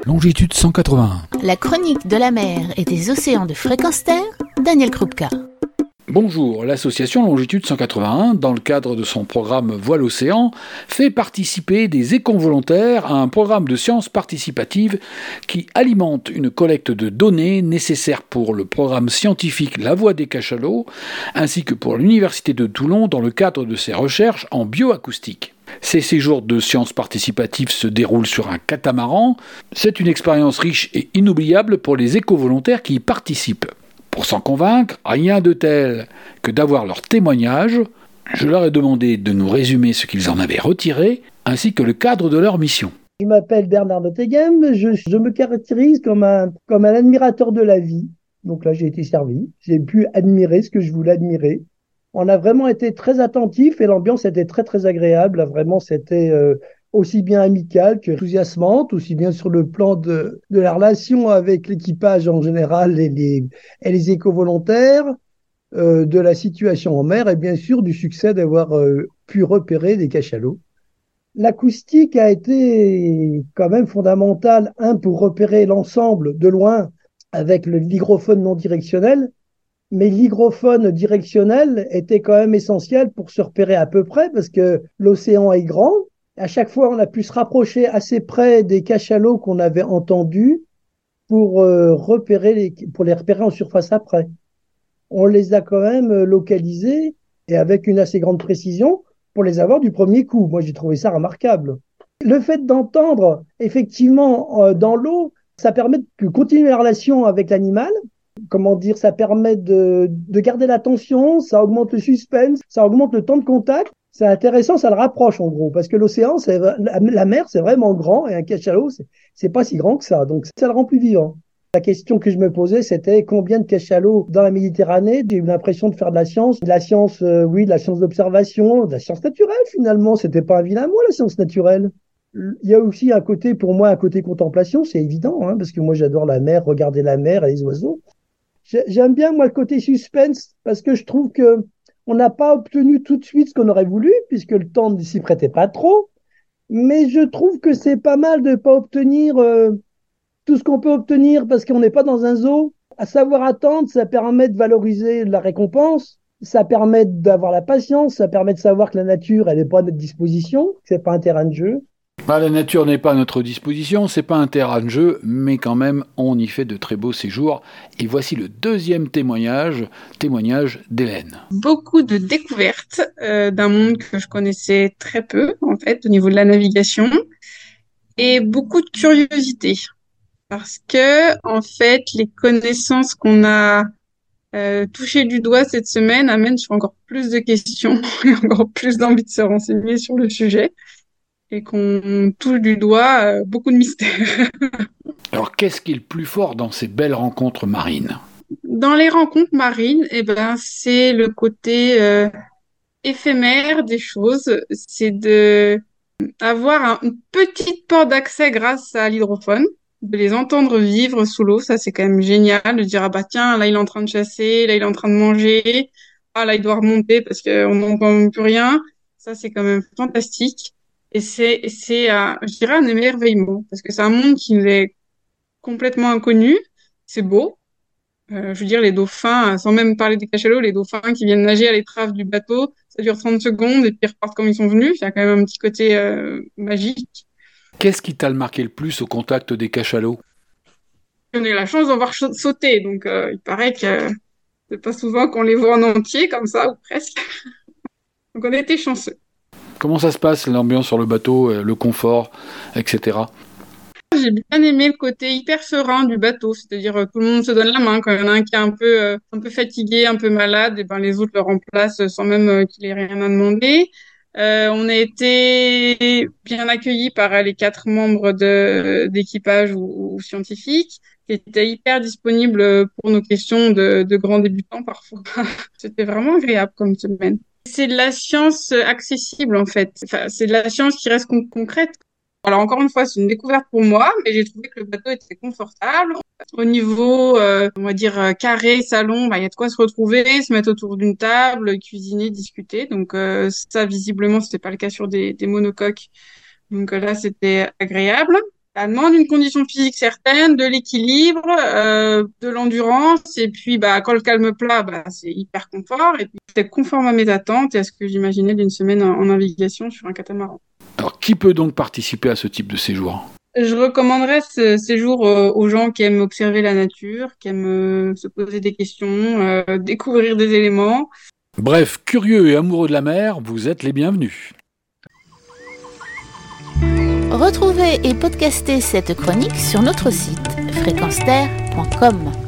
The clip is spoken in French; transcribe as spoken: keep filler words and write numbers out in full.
Longitude cent quatre-vingt-un. La chronique de la mer et des océans de Fréquence Terre, Daniel Krupka. Bonjour, l'association Longitude cent quatre-vingt-un, dans le cadre de son programme Voile Océan, fait participer des éco-volontaires à un programme de sciences participatives qui alimente une collecte de données nécessaires pour le programme scientifique La Voie des Cachalots, ainsi que pour l'Université de Toulon dans le cadre de ses recherches en bioacoustique. Ces séjours de sciences participatives se déroulent sur un catamaran. C'est une expérience riche et inoubliable pour les éco-volontaires qui y participent. Pour s'en convaincre, rien de tel que d'avoir leur témoignage. Je leur ai demandé de nous résumer ce qu'ils en avaient retiré, ainsi que le cadre de leur mission. Je m'appelle Bernard Nottingham, je, je me caractérise comme un, comme un admirateur de la vie. Donc là, j'ai été servi, j'ai pu admirer ce que je voulais admirer. On a vraiment été très attentifs et l'ambiance était très très agréable. Là, vraiment, c'était euh, aussi bien amicale qu'enthousiasmante, aussi bien sur le plan de, de la relation avec l'équipage en général et les, et les éco-volontaires, euh, de la situation en mer et bien sûr du succès d'avoir euh, pu repérer des cachalots. L'acoustique a été quand même fondamentale, un, pour repérer l'ensemble de loin avec le, l'hygrophone non directionnel, mais l'hygrophone directionnel était quand même essentiel pour se repérer à peu près parce que l'océan est grand. À chaque fois, on a pu se rapprocher assez près des cachalots qu'on avait entendus pour euh, repérer les, pour les repérer en surface après. On les a quand même localisés et avec une assez grande précision pour les avoir du premier coup. Moi, j'ai trouvé ça remarquable. Le fait d'entendre effectivement euh, dans l'eau, ça permet de continuer la relation avec l'animal. Comment dire, ça permet de, de garder l'attention, ça augmente le suspense, ça augmente le temps de contact. C'est intéressant, ça le rapproche en gros, parce que l'océan, c'est, la, la mer, c'est vraiment grand et un cachalot, c'est, c'est pas si grand que ça. Donc, ça le rend plus vivant. La question que je me posais, c'était combien de cachalots dans la Méditerranée? J'ai eu l'impression de faire de la science. De la science, euh, oui, de la science d'observation, de la science naturelle finalement. C'était pas un vilain mot, la science naturelle. Il y a aussi un côté, pour moi, un côté contemplation, c'est évident, hein, parce que moi, j'adore la mer, regarder la mer et les oiseaux. J'aime bien, moi, le côté suspense, parce que je trouve que on n'a pas obtenu tout de suite ce qu'on aurait voulu, puisque le temps ne s'y prêtait pas trop. Mais je trouve que c'est pas mal de ne pas obtenir euh, tout ce qu'on peut obtenir parce qu'on n'est pas dans un zoo. À savoir attendre, ça permet de valoriser la récompense, ça permet d'avoir la patience, ça permet de savoir que la nature, elle n'est pas à notre disposition, que c'est pas un terrain de jeu. Bah, la nature n'est pas à notre disposition, c'est pas un terrain de jeu, mais quand même, on y fait de très beaux séjours. Et voici le deuxième témoignage, témoignage d'Hélène. Beaucoup de découvertes euh, d'un monde que je connaissais très peu, en fait, au niveau de la navigation, et beaucoup de curiosité. Parce que, en fait, les connaissances qu'on a euh, touchées du doigt cette semaine amènent sur encore plus de questions et encore plus d'envie de se renseigner sur le sujet. Et qu'on touche du doigt euh, beaucoup de mystères. Alors, qu'est-ce qui est le plus fort dans ces belles rencontres marines? Dans les rencontres marines, eh ben, c'est le côté euh, éphémère des choses. C'est de avoir un, une petite porte d'accès grâce à l'hydrophone, de les entendre vivre sous l'eau. Ça, c'est quand même génial de dire, ah bah tiens, là, il est en train de chasser, là, il est en train de manger, ah là, il doit remonter parce qu'on n'entend plus rien. Ça, c'est quand même fantastique. Et c'est, c'est euh, je dirais, un émerveillement, parce que c'est un monde qui nous est complètement inconnu. C'est beau. Euh, je veux dire, les dauphins, sans même parler des cachalots, les dauphins qui viennent nager à l'étrave du bateau, ça dure trente secondes et puis ils repartent comme ils sont venus. Il y a quand même un petit côté euh, magique. Qu'est-ce qui t'a marqué le plus au contact des cachalots? On a eu la chance d'en voir sauter, donc euh, il paraît que c'est pas souvent qu'on les voit en entier, comme ça, ou presque. Donc on a été chanceux. Comment ça se passe, l'ambiance sur le bateau, le confort, et cetera? J'ai bien aimé le côté hyper serein du bateau, c'est-à-dire euh, tout le monde se donne la main. Quand il y en a un qui est un peu, euh, un peu fatigué, un peu malade, et ben les autres le remplacent sans même euh, qu'il ait rien à demander. Euh, on a été bien accueillis par euh, les quatre membres de, d'équipage ou, ou scientifiques qui étaient hyper disponibles pour nos questions de, de grands débutants parfois. C'était vraiment agréable comme semaine. C'est de la science accessible en fait. Enfin, c'est de la science qui reste con- concrète. Alors encore une fois, c'est une découverte pour moi, mais j'ai trouvé que le bateau était confortable. Au niveau, euh, on va dire, euh, carré, salon, bah, il y a de quoi se retrouver, se mettre autour d'une table, cuisiner, discuter. Donc euh, ça, visiblement, c'était pas le cas sur des, des monocoques. Donc euh, là, c'était agréable. Ça demande une condition physique certaine, de l'équilibre, euh, de l'endurance, et puis bah quand le calme plat, bah c'est hyper confort, et puis c'était conforme à mes attentes et à ce que j'imaginais d'une semaine en, en navigation sur un catamaran. Alors, qui peut donc participer à ce type de séjour ? Je recommanderais ce séjour euh, aux gens qui aiment observer la nature, qui aiment euh, se poser des questions, euh, découvrir des éléments. Bref, curieux et amoureux de la mer, vous êtes les bienvenus. Retrouvez et podcastez cette chronique sur notre site fréquence terre point com.